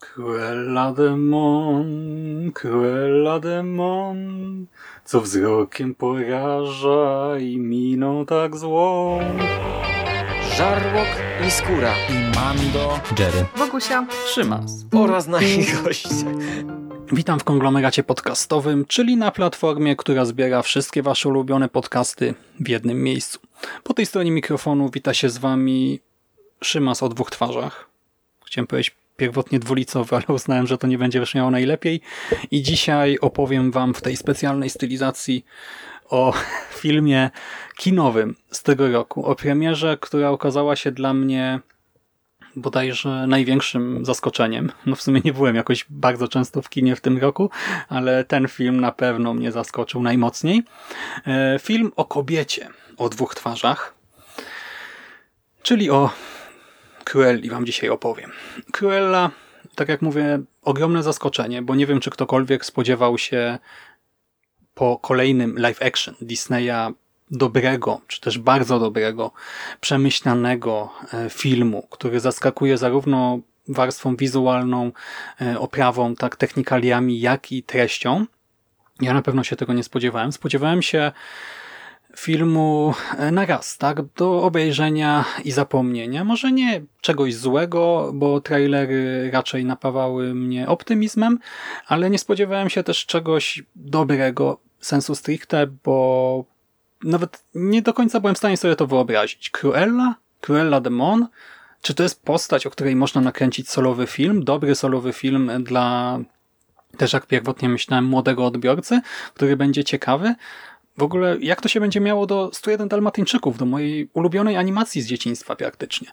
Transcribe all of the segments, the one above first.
Cruella de Mon, co wzrokiem poraża i miną tak złą. Żarłok i Skóra i Mando, Jerry, Wokusia, Szymas oraz nasi goście. Witam w konglomeracie podcastowym, czyli na platformie, która zbiera wszystkie wasze ulubione podcasty w jednym miejscu. Po tej stronie mikrofonu wita się z wami Szymas o dwóch twarzach. Chciałem powiedzieć pierwotnie dwulicowy, ale uznałem, że to nie będzie brzmiało najlepiej. I dzisiaj opowiem wam w tej specjalnej stylizacji o filmie kinowym z tego roku. O premierze, która okazała się dla mnie bodajże największym zaskoczeniem. No w sumie nie byłem jakoś bardzo często w kinie w tym roku, ale ten film na pewno mnie zaskoczył najmocniej. Film o kobiecie o dwóch twarzach, czyli o Cruelli wam dzisiaj opowiem. Cruella, tak jak mówię, ogromne zaskoczenie, bo nie wiem, czy ktokolwiek spodziewał się po kolejnym live action Disneya dobrego, czy też bardzo dobrego, przemyślanego filmu, który zaskakuje zarówno warstwą wizualną, oprawą, tak technikaliami, jak i treścią. Ja na pewno się tego nie spodziewałem. Spodziewałem się filmu na raz, tak, do obejrzenia i zapomnienia. Może nie czegoś złego, bo trailery raczej napawały mnie optymizmem, ale nie spodziewałem się też czegoś dobrego, sensu stricte, bo nawet nie do końca byłem w stanie sobie to wyobrazić. Cruella de Mon? Czy to jest postać, o której można nakręcić solowy film? Dobry solowy film dla, też jak pierwotnie myślałem, młodego odbiorcy, który będzie ciekawy? W ogóle jak to się będzie miało do 101 Dalmatyńczyków, do mojej ulubionej animacji z dzieciństwa praktycznie?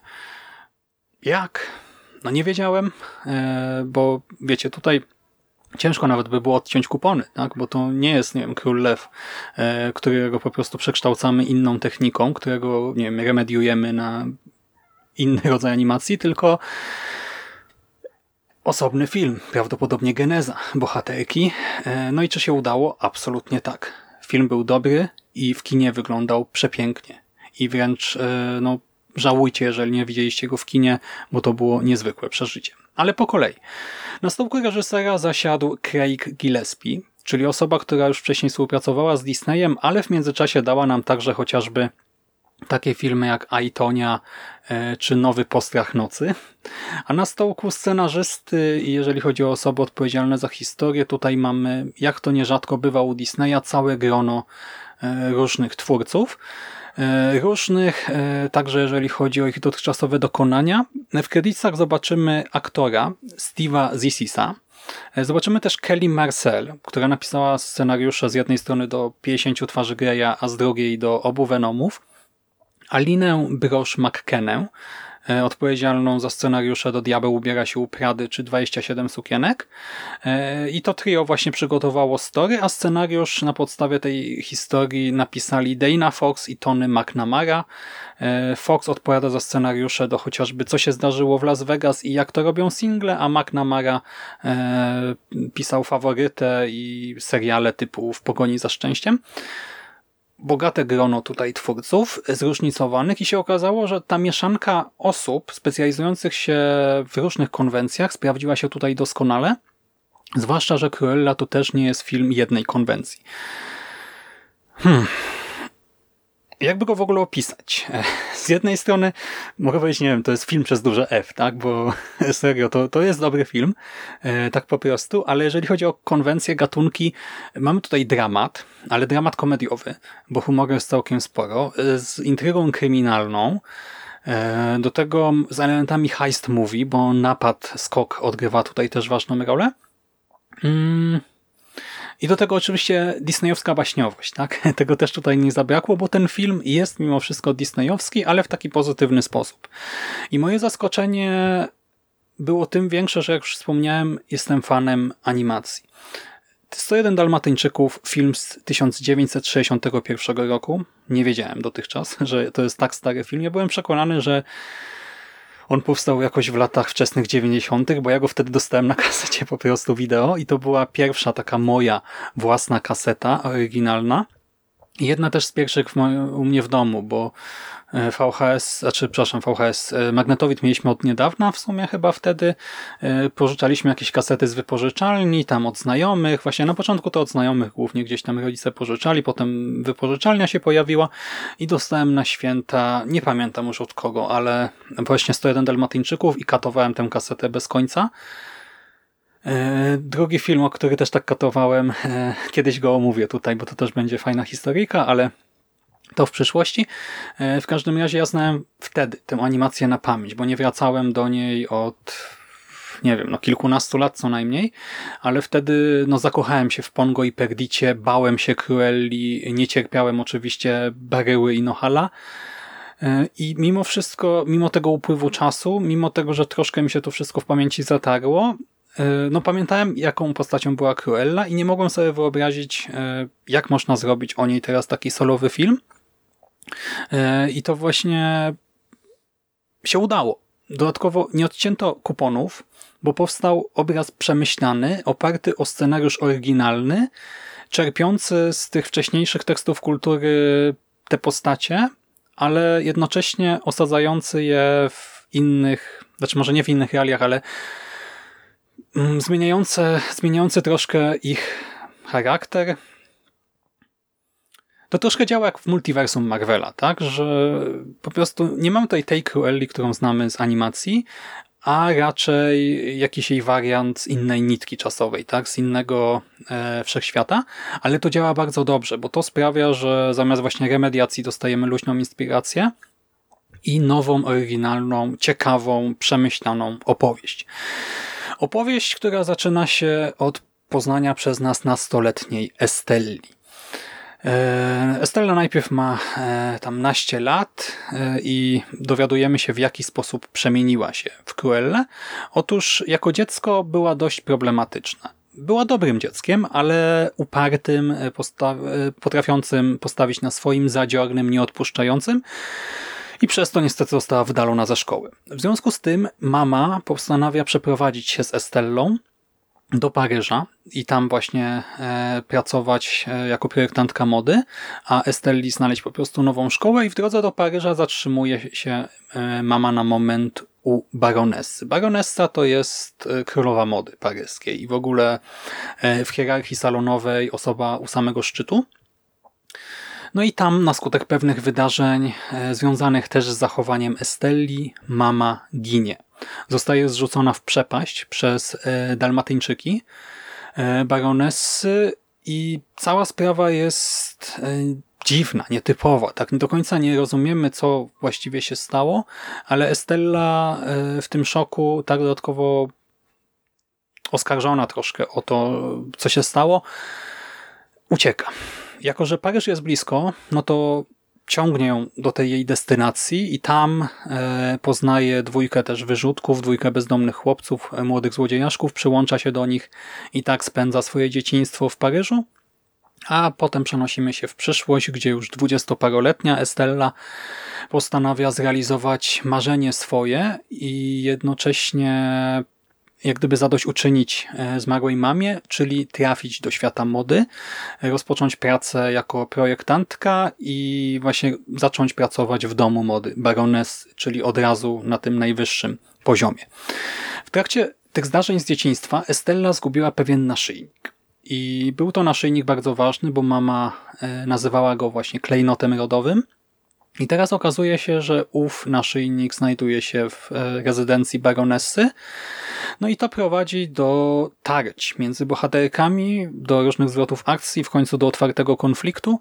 Jak? No nie wiedziałem, bo wiecie, tutaj ciężko nawet by było odciąć kupony, tak? Bo to nie jest, nie wiem, Król Lew, którego po prostu przekształcamy inną techniką, którego, nie wiem, remediujemy na inny rodzaj animacji, tylko osobny film, prawdopodobnie geneza bohaterki. No i czy się udało? Absolutnie tak. Film był dobry i w kinie wyglądał przepięknie. I wręcz no, żałujcie, jeżeli nie widzieliście go w kinie, bo to było niezwykłe przeżycie. Ale po kolei. Na stołku reżysera zasiadł Craig Gillespie, czyli osoba, która już wcześniej współpracowała z Disneyem, ale w międzyczasie dała nam także chociażby takie filmy jak I, Tonya czy Nowy Postrach Nocy. A na stołku scenarzysty, jeżeli chodzi o osoby odpowiedzialne za historię, tutaj mamy, jak to nierzadko bywa u Disneya, całe grono różnych twórców. Różnych, także jeżeli chodzi o ich dotychczasowe dokonania. W kredytach zobaczymy aktora Steve'a Zissisa. Zobaczymy też Kelly Marcel, która napisała scenariusze z jednej strony do 50 twarzy Greya, a z drugiej do obu Venomów. Alinę Brosz-McKennę, odpowiedzialną za scenariusze do Diabeł ubiera się u Prady czy 27 sukienek. I to trio właśnie przygotowało story, a scenariusz na podstawie tej historii napisali Dana Fox i Tony McNamara. Fox odpowiada za scenariusze do chociażby Co się zdarzyło w Las Vegas i Jak to robią single, a McNamara pisał Faworytę i seriale typu W pogoni za szczęściem. Bogate grono tutaj twórców, zróżnicowanych i się okazało, że ta mieszanka osób specjalizujących się w różnych konwencjach sprawdziła się tutaj doskonale, zwłaszcza, że Cruella to też nie jest film jednej konwencji. Jakby go w ogóle opisać? Z jednej strony mogę powiedzieć, nie wiem, to jest film przez duże F, tak? Bo serio, to jest dobry film, tak po prostu, ale jeżeli chodzi o konwencje, gatunki, mamy tutaj dramat, ale dramat komediowy, bo humoru jest całkiem sporo, z intrygą kryminalną, do tego z elementami heist movie, bo napad, skok odgrywa tutaj też ważną rolę. I do tego oczywiście disneyowska baśniowość, tak? Tego też tutaj nie zabrakło, bo ten film jest mimo wszystko disneyowski, ale w taki pozytywny sposób. I moje zaskoczenie było tym większe, że jak już wspomniałem, jestem fanem animacji. 101 Dalmatyńczyków, film z 1961 roku. Nie wiedziałem dotychczas, że to jest tak stary film. Ja byłem przekonany, że on powstał jakoś w latach wczesnych 90., bo ja go wtedy dostałem na kasecie po prostu wideo i to była pierwsza taka moja własna kaseta oryginalna. Jedna też z pierwszych u mnie w domu, bo magnetowid mieliśmy od niedawna, w sumie chyba wtedy pożyczaliśmy jakieś kasety z wypożyczalni, tam od znajomych, właśnie na początku to od znajomych głównie gdzieś tam rodzice pożyczali, potem wypożyczalnia się pojawiła i dostałem na święta, nie pamiętam już od kogo, ale właśnie 101 Dalmatyńczyków i katowałem tę kasetę bez końca. Drugi film, o który też tak katowałem, kiedyś go omówię tutaj, bo to też będzie fajna historyjka, ale to w przyszłości. W każdym razie ja znałem wtedy tę animację na pamięć, bo nie wracałem do niej od, nie wiem, kilkunastu lat co najmniej, ale wtedy zakochałem się w Pongo i Perdicie, bałem się Cruelli, nie cierpiałem oczywiście Baryły i Nohala. I mimo wszystko, mimo tego upływu czasu, mimo tego, że troszkę mi się to wszystko w pamięci zatarło, pamiętałem, jaką postacią była Cruella i nie mogłem sobie wyobrazić, jak można zrobić o niej teraz taki solowy film. I to właśnie się udało. Dodatkowo nie odcięto kuponów, bo powstał obraz przemyślany, oparty o scenariusz oryginalny, czerpiący z tych wcześniejszych tekstów kultury te postacie, ale jednocześnie osadzający je w innych, znaczy może nie w innych realiach, ale zmieniający troszkę ich charakter. To troszkę działa jak w multiversum Marvela, tak? Że po prostu nie mamy tutaj tej Cruelli, którą znamy z animacji, a raczej jakiś jej wariant z innej nitki czasowej, tak? Z innego wszechświata, ale to działa bardzo dobrze, bo to sprawia, że zamiast właśnie remediacji dostajemy luźną inspirację i nową, oryginalną, ciekawą, przemyślaną opowieść. Opowieść, która zaczyna się od poznania przez nas nastoletniej Estelli. Estella najpierw ma tam naście lat i dowiadujemy się, w jaki sposób przemieniła się w Cruellę. Otóż jako dziecko była dość problematyczna. Była dobrym dzieckiem, ale upartym, potrafiącym postawić na swoim, zadziornym, nieodpuszczającym i przez to niestety została wydalona ze szkoły. W związku z tym mama postanawia przeprowadzić się z Estellą do Paryża i tam właśnie pracować jako projektantka mody, a Estelli znaleźć po prostu nową szkołę i w drodze do Paryża zatrzymuje się mama na moment u baronessy. Baronessa to jest królowa mody paryskiej i w ogóle w hierarchii salonowej osoba u samego szczytu. No i tam na skutek pewnych wydarzeń związanych też z zachowaniem Estelli mama ginie. Zostaje zrzucona w przepaść przez Dalmatyńczyki baronessy i cała sprawa jest dziwna, nietypowa. Tak do końca nie rozumiemy, co właściwie się stało, ale Estella w tym szoku, tak dodatkowo oskarżona troszkę o to, co się stało, ucieka. Jako że Paryż jest blisko, no to ciągnie ją do tej jej destynacji i tam poznaje dwójkę też wyrzutków, dwójkę bezdomnych chłopców, młodych złodziejaszków, przyłącza się do nich i tak spędza swoje dzieciństwo w Paryżu. A potem przenosimy się w przyszłość, gdzie już 20-paroletnia Estella postanawia zrealizować marzenie swoje i jednocześnie jak gdyby zadośćuczynić zmarłej mamie, czyli trafić do świata mody, rozpocząć pracę jako projektantka i właśnie zacząć pracować w domu mody baroness, czyli od razu na tym najwyższym poziomie. W trakcie tych zdarzeń z dzieciństwa Estella zgubiła pewien naszyjnik. I był to naszyjnik bardzo ważny, bo mama nazywała go właśnie klejnotem rodowym. I teraz okazuje się, że ów naszyjnik znajduje się w rezydencji baronessy. No i to prowadzi do tarć między bohaterkami, do różnych zwrotów akcji, w końcu do otwartego konfliktu,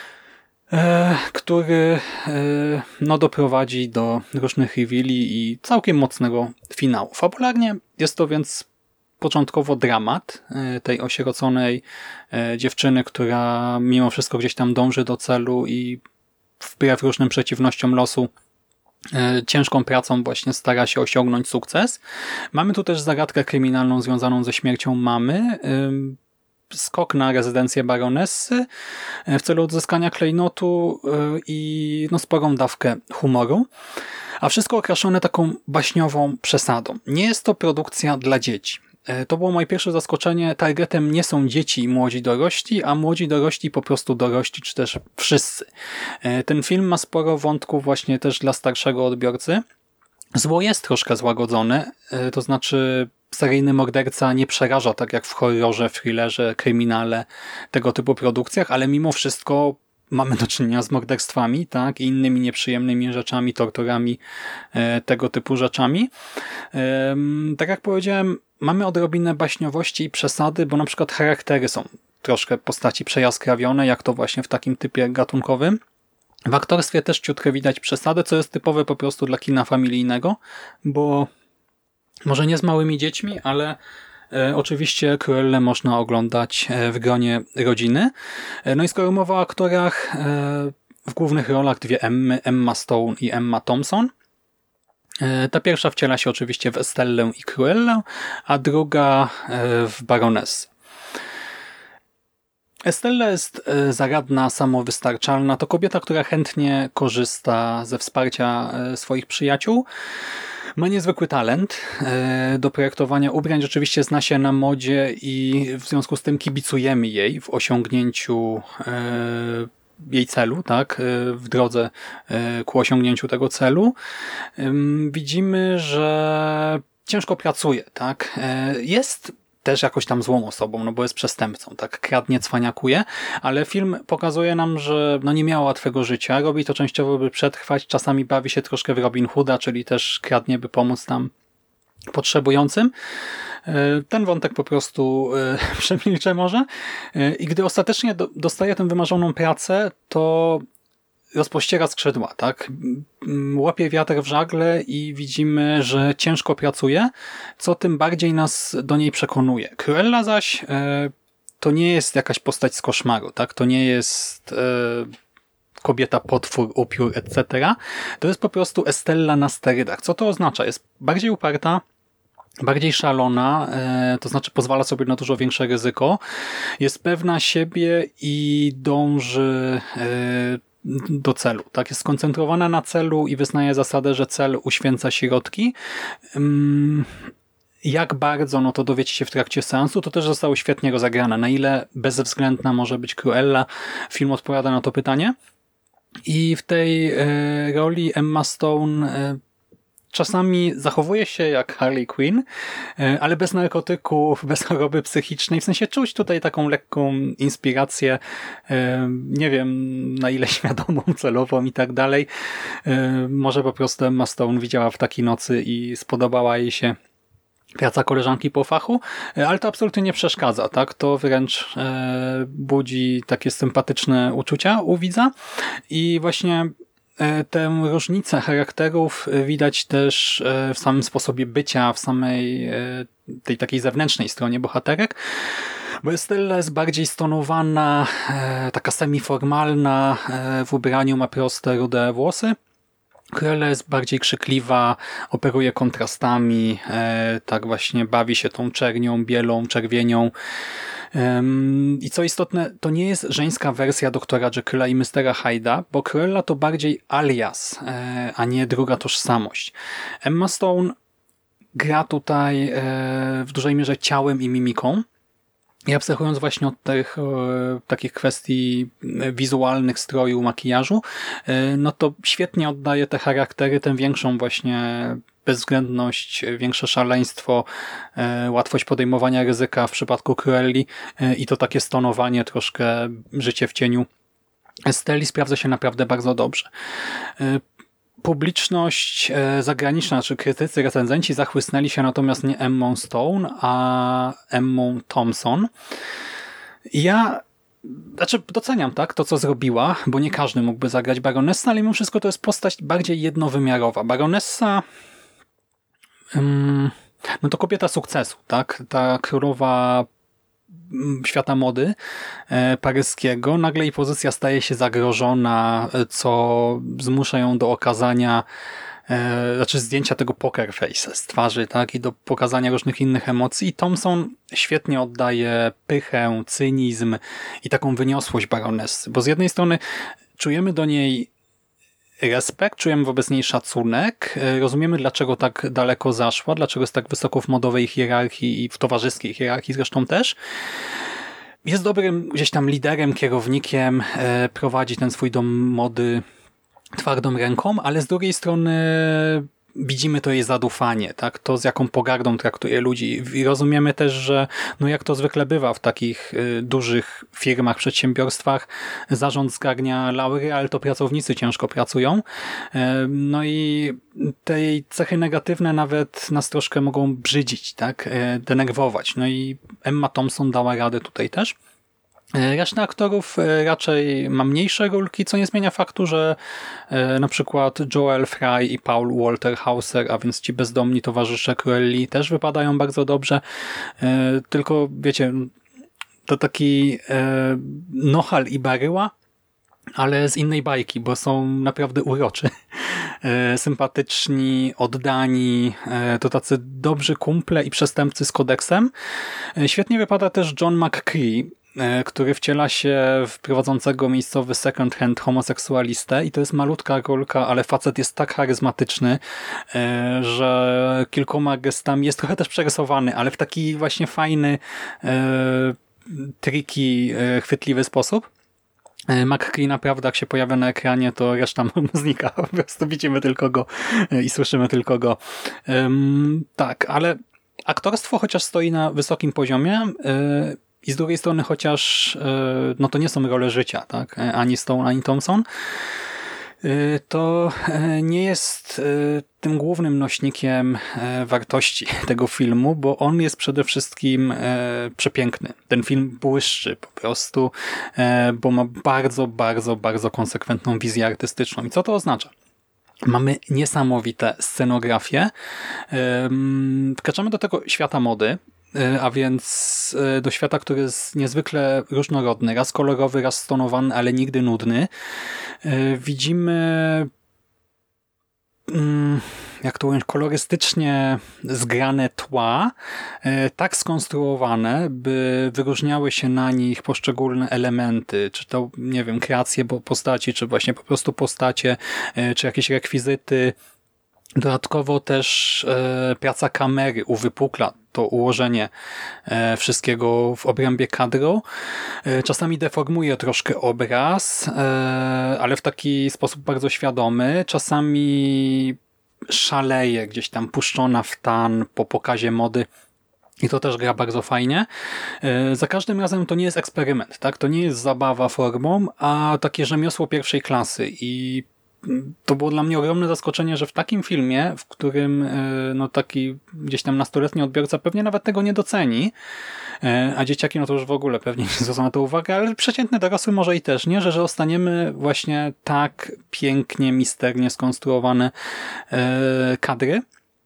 który doprowadzi do różnych reveali i całkiem mocnego finału. Fabularnie jest to więc początkowo dramat tej osieroconej dziewczyny, która mimo wszystko gdzieś tam dąży do celu i wbrew różnym przeciwnościom losu ciężką pracą właśnie stara się osiągnąć sukces. Mamy tu też zagadkę kryminalną związaną ze śmiercią mamy, skok na rezydencję baronessy w celu odzyskania klejnotu i sporą dawkę humoru. A wszystko okraszone taką baśniową przesadą. Nie jest to produkcja dla dzieci. to było moje pierwsze zaskoczenie. Targetem nie są dzieci i młodzi dorośli, a młodzi dorośli po prostu dorośli, czy też wszyscy. Ten film ma sporo wątków właśnie też dla starszego odbiorcy. Zło jest troszkę złagodzone, to znaczy seryjny morderca nie przeraża tak jak w horrorze, thrillerze, kryminale, tego typu produkcjach, ale mimo wszystko mamy do czynienia z morderstwami, tak, i innymi nieprzyjemnymi rzeczami, torturami, tego typu rzeczami. Tak jak powiedziałem, mamy odrobinę baśniowości i przesady, bo na przykład charaktery są troszkę postaci przejaskrawione, jak to właśnie w takim typie gatunkowym. W aktorstwie też ciutkę widać przesadę, co jest typowe po prostu dla kina familijnego, bo może nie z małymi dziećmi, ale oczywiście Cruellę można oglądać w gronie rodziny. No i skoro mowa o aktorach, w głównych rolach dwie Emmy, Emma Stone i Emma Thompson. Ta pierwsza wciela się oczywiście w Estellę i Cruellę, a druga w Baronessę. Estella jest zaradna, samowystarczalna. To kobieta, która chętnie korzysta ze wsparcia swoich przyjaciół. Ma niezwykły talent do projektowania ubrań. Rzeczywiście zna się na modzie i w związku z tym kibicujemy jej w osiągnięciu jej celu, tak, w drodze ku osiągnięciu tego celu. Widzimy, że ciężko pracuje, tak. Jest też jakoś tam złą osobą, no bo jest przestępcą, tak, kradnie, cwaniakuje, ale film pokazuje nam, że no nie miała łatwego życia, robi to częściowo, by przetrwać, czasami bawi się troszkę w Robin Hooda, czyli też kradnie, by pomóc tam potrzebującym. Ten wątek po prostu przemilczę może. I gdy ostatecznie dostaje tę wymarzoną pracę, to rozpościera skrzydła, tak? Łapie wiatr w żagle i widzimy, że ciężko pracuje, co tym bardziej nas do niej przekonuje. Cruella zaś to nie jest jakaś postać z koszmaru, tak? To nie jest kobieta, potwór, upiór, etc. To jest po prostu Estella na sterydach. Co to oznacza? Jest bardziej uparta, bardziej szalona, to znaczy pozwala sobie na dużo większe ryzyko, jest pewna siebie i dąży do celu. Tak? Jest skoncentrowana na celu i wyznaje zasadę, że cel uświęca środki. Jak bardzo, no to dowiecie się w trakcie seansu, to też zostało świetnie rozegrane. Na ile bezwzględna może być Cruella? Film odpowiada na to pytanie. I w tej roli Emma Stone czasami zachowuje się jak Harley Quinn, ale bez narkotyków, bez choroby psychicznej. W sensie czuć tutaj taką lekką inspirację, nie wiem na ile świadomą, celową i tak dalej. Może po prostu Emma Stone widziała w takiej nocy i spodobała jej się praca koleżanki po fachu, ale to absolutnie nie przeszkadza, tak? To wręcz budzi takie sympatyczne uczucia u widza i właśnie tę różnicę charakterów widać też w samym sposobie bycia, w samej tej takiej zewnętrznej stronie bohaterek, bo Estella jest bardziej stonowana, taka semiformalna, w ubraniu ma proste, rude włosy. Cruella jest bardziej krzykliwa, operuje kontrastami, tak właśnie bawi się tą czernią, bielą, czerwienią. I co istotne, to nie jest żeńska wersja doktora Jekylla i Mistera Hyde'a, bo Cruella to bardziej alias, a nie druga tożsamość. Emma Stone gra tutaj w dużej mierze ciałem i mimiką. I abstrahując właśnie od tych takich kwestii wizualnych, stroju, makijażu, no to świetnie oddaje te charaktery, tę większą właśnie bezwzględność, większe szaleństwo, łatwość podejmowania ryzyka w przypadku Cruelli i to takie stonowanie, troszkę życie w cieniu Estelli sprawdza się naprawdę bardzo dobrze. Publiczność zagraniczna, czy krytycy, recenzenci zachłysnęli się natomiast nie Emmą Stone, a Emmą Thompson. Ja doceniam tak to, co zrobiła, bo nie każdy mógłby zagrać Baronessa, ale mimo wszystko to jest postać bardziej jednowymiarowa. Baronessa no to kobieta sukcesu, tak? Ta królowa świata mody paryskiego. Nagle jej pozycja staje się zagrożona, co zmusza ją do okazania zdjęcia tego poker face z twarzy, tak? I do pokazania różnych innych emocji. I Thompson świetnie oddaje pychę, cynizm i taką wyniosłość baronessy, bo z jednej strony czujemy do niej respekt, czujemy wobec niej szacunek, rozumiemy, dlaczego tak daleko zaszła, dlaczego jest tak wysoko w modowej hierarchii i w towarzyskiej hierarchii zresztą też. Jest dobrym gdzieś tam liderem, kierownikiem, prowadzi ten swój dom mody twardą ręką, ale z drugiej strony widzimy to jej zadufanie, tak? To z jaką pogardą traktuje ludzi i rozumiemy też, że no jak to zwykle bywa w takich dużych firmach, przedsiębiorstwach, zarząd zgarnia laury, ale to pracownicy ciężko pracują. No i te jej cechy negatywne nawet nas troszkę mogą brzydzić, tak? Denerwować. No i Emma Thompson dała radę tutaj też. Reszta aktorów raczej ma mniejsze rolki, co nie zmienia faktu, że na przykład Joel Fry i Paul Walter Hauser, a więc ci bezdomni towarzysze Cruelli też wypadają bardzo dobrze. Tylko wiecie, to taki Nohal i Baryła, ale z innej bajki, bo są naprawdę uroczy. Sympatyczni, oddani, to tacy dobrzy kumple i przestępcy z kodeksem. Świetnie wypada też John McCree, który wciela się w prowadzącego miejscowy second hand homoseksualistę i to jest malutka rolka, ale facet jest tak charyzmatyczny, że kilkoma gestami jest trochę też przerysowany, ale w taki właśnie fajny, tricky, chwytliwy sposób. McCree naprawdę jak się pojawia na ekranie, to reszta znika. Po prostu widzimy tylko go i słyszymy tylko go. Tak, ale aktorstwo chociaż stoi na wysokim poziomie, i z drugiej strony chociaż no to nie są role życia, tak? Ani Stone, ani Thompson. To nie jest tym głównym nośnikiem wartości tego filmu, bo on jest przede wszystkim przepiękny. Ten film błyszczy po prostu, bo ma bardzo, bardzo, bardzo konsekwentną wizję artystyczną. I co to oznacza? Mamy niesamowite scenografie. Wkraczamy do tego świata mody, a więc do świata, który jest niezwykle różnorodny, raz kolorowy, raz stonowany, ale nigdy nudny. Widzimy, jak to ująć, kolorystycznie zgrane tła, tak skonstruowane, by wyróżniały się na nich poszczególne elementy, czy to, nie wiem, kreacje postaci, czy właśnie po prostu postacie, czy jakieś rekwizyty. Dodatkowo też praca kamery uwypukla to ułożenie wszystkiego w obrębie kadru. Czasami deformuje troszkę obraz, ale w taki sposób bardzo świadomy. Czasami szaleje, gdzieś tam puszczona w tan po pokazie mody. I to też gra bardzo fajnie. Za każdym razem to nie jest eksperyment, tak? To nie jest zabawa formą, a takie rzemiosło pierwszej klasy. I to było dla mnie ogromne zaskoczenie, że w takim filmie, w którym no taki gdzieś tam nastoletni odbiorca pewnie nawet tego nie doceni, a dzieciaki no to już w ogóle pewnie nie zwrócą na to uwagę, ale przeciętny dorosły może i też nie, że dostaniemy właśnie tak pięknie, misternie skonstruowane kadry.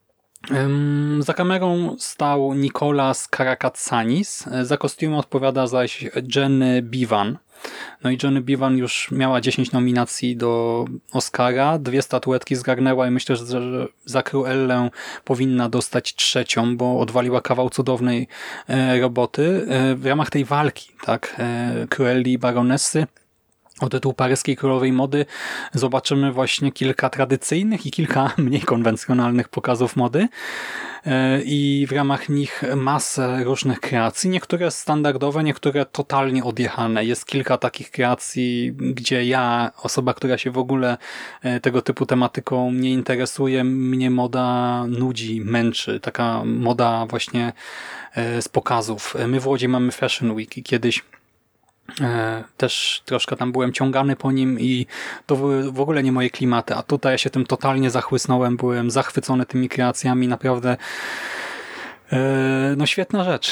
Za kamerą stał Nicolas Karakatsanis, za kostiumy odpowiada zaś Jenny Bivan. No i Jenny Bivan już miała 10 nominacji do Oscara, 2 statuetki zgarnęła i myślę, że za Cruellę powinna dostać 3, bo odwaliła kawał cudownej roboty. W ramach tej walki, tak, Cruelli i Baronessy o tytuł paryskiej królowej mody zobaczymy właśnie kilka tradycyjnych i kilka mniej konwencjonalnych pokazów mody i w ramach nich masę różnych kreacji, niektóre standardowe, niektóre totalnie odjechane. Jest kilka takich kreacji, gdzie ja, osoba, która się w ogóle tego typu tematyką nie interesuje, mnie moda nudzi, męczy. Taka moda właśnie z pokazów. My w Łodzi mamy Fashion Week i kiedyś też troszkę tam byłem ciągany po nim i to były w ogóle nie moje klimaty, a tutaj ja się tym totalnie zachłysnąłem, byłem zachwycony tymi kreacjami, naprawdę no świetna rzecz.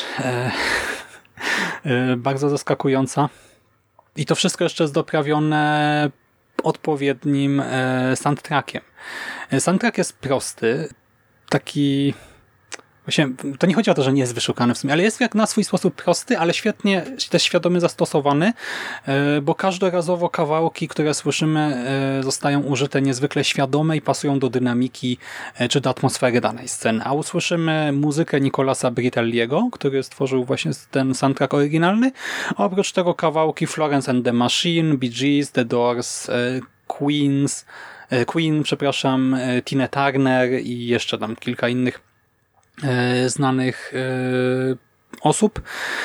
Bardzo zaskakująca i to wszystko jeszcze jest doprawione odpowiednim soundtrackiem. Soundtrack jest prosty, taki... Właśnie, to nie chodzi o to, że nie jest wyszukany w sumie, ale jest jak na swój sposób prosty, ale świetnie, też świadomie zastosowany, bo każdorazowo kawałki, które słyszymy, zostają użyte niezwykle świadome i pasują do dynamiki czy do atmosfery danej sceny. A usłyszymy muzykę Nicolasa Britelliego, który stworzył właśnie ten soundtrack oryginalny, a oprócz tego kawałki Florence and the Machine, Bee Gees, The Doors, Queens, Queen, przepraszam, Tina Turner i jeszcze tam kilka innych znanych osób.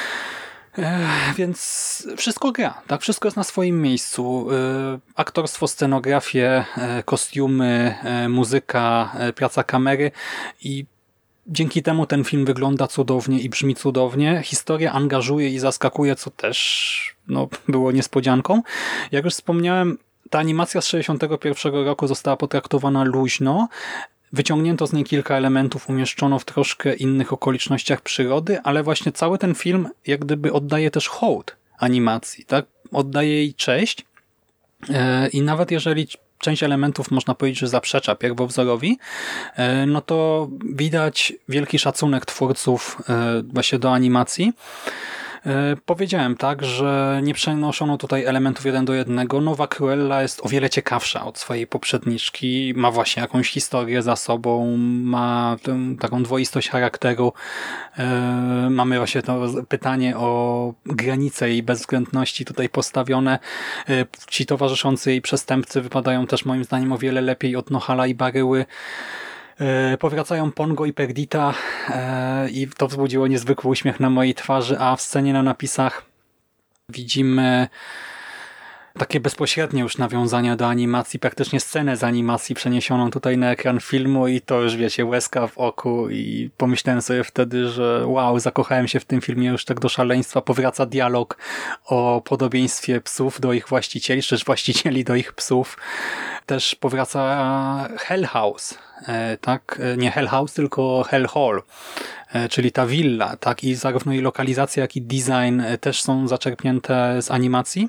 Więc wszystko gra, tak? Wszystko jest na swoim miejscu. Aktorstwo, scenografie, kostiumy, muzyka, praca kamery i dzięki temu ten film wygląda cudownie i brzmi cudownie. Historia angażuje i zaskakuje, co też było niespodzianką. Jak już wspomniałem, ta animacja z 1961 roku została potraktowana luźno. Wyciągnięto z niej kilka elementów, umieszczono w troszkę innych okolicznościach przyrody, ale właśnie cały ten film jak gdyby oddaje też hołd animacji, tak? Oddaje jej cześć i nawet jeżeli część elementów można powiedzieć, że zaprzecza pierwowzorowi, no to widać wielki szacunek twórców właśnie do animacji. Powiedziałem tak, że nie przenoszono tutaj elementów 1:1. Nowa Cruella jest o wiele ciekawsza od swojej poprzedniczki, ma właśnie jakąś historię za sobą, ma taką dwoistość charakteru. Mamy właśnie to pytanie o granice jej bezwzględności tutaj postawione. Ci towarzyszący jej przestępcy wypadają też moim zdaniem o wiele lepiej od Nohala i Baryły. Powracają Pongo i Perdita i to wzbudziło niezwykły uśmiech na mojej twarzy, a w scenie na napisach widzimy takie bezpośrednie już nawiązania do animacji, praktycznie scenę z animacji przeniesioną tutaj na ekran filmu i to już wiecie, łezka w oku i pomyślałem sobie wtedy, że wow, zakochałem się w tym filmie już tak do szaleństwa. Powraca dialog o podobieństwie psów do ich właścicieli, czy też właścicieli do ich psów. Też powraca Hell House, tak? Nie Hell House, tylko Hell Hall, czyli ta willa, tak? I zarówno jej lokalizacja, jak i design też są zaczerpnięte z animacji.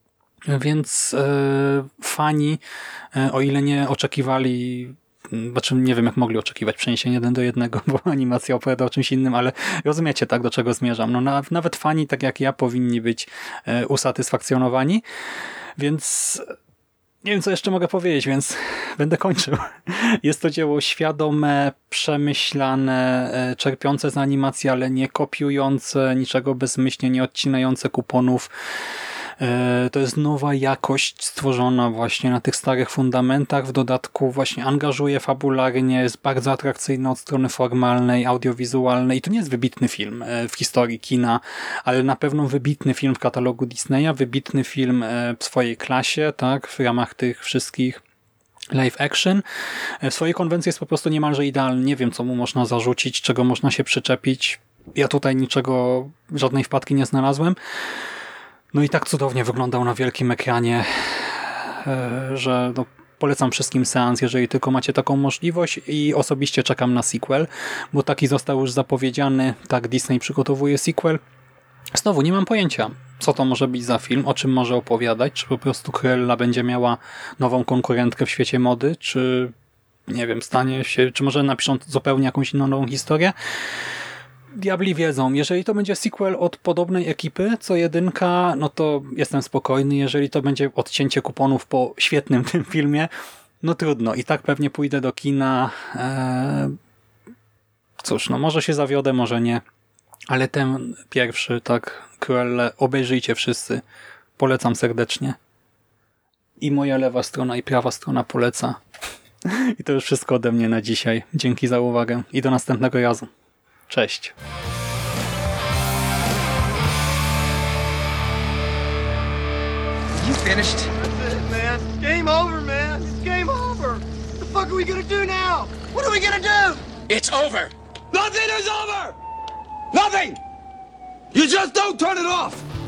Więc fani, o ile nie oczekiwali, znaczy nie wiem jak mogli oczekiwać przeniesienia 1:1, bo animacja opowiada o czymś innym, ale rozumiecie tak, do czego zmierzam. No nawet fani, tak jak ja, powinni być usatysfakcjonowani, więc nie wiem, co jeszcze mogę powiedzieć, więc będę kończył. Jest to dzieło świadome, przemyślane, czerpiące z animacji, ale nie kopiujące niczego bezmyślnie, nie odcinające kuponów. To jest nowa jakość stworzona właśnie na tych starych fundamentach. W dodatku właśnie angażuje fabularnie, jest bardzo atrakcyjna od strony formalnej, audiowizualnej. I to nie jest wybitny film w historii kina, ale na pewno wybitny film w katalogu Disneya, wybitny film w swojej klasie, tak, w ramach tych wszystkich live action. W swojej konwencji jest po prostu niemalże idealny. Nie wiem, co mu można zarzucić, czego można się przyczepić. Ja tutaj niczego, żadnej wpadki nie znalazłem. No i tak cudownie wyglądał na wielkim ekranie, że polecam wszystkim seans, jeżeli tylko macie taką możliwość i osobiście czekam na sequel, bo taki został już zapowiedziany, tak Disney przygotowuje sequel. Znowu nie mam pojęcia, co to może być za film, o czym może opowiadać, czy po prostu Cruella będzie miała nową konkurentkę w świecie mody, czy nie wiem, stanie się, czy może napiszą zupełnie jakąś inną nową historię. Diabli wiedzą, jeżeli to będzie sequel od podobnej ekipy co jedynka, no to jestem spokojny, jeżeli to będzie odcięcie kuponów po świetnym tym filmie, no trudno i tak pewnie pójdę do kina. Cóż, no może się zawiodę, może nie, ale ten pierwszy, tak, Cruella, obejrzyjcie wszyscy, polecam serdecznie. I moja lewa strona i prawa strona poleca. I to już wszystko ode mnie na dzisiaj. Dzięki za uwagę i do następnego razu. Cześć. You finished? That's it, man. Game over, man. It's game over. What the fuck are we gonna do now? What are we gonna do? It's over. Nothing is over! Nothing! You just don't turn it off!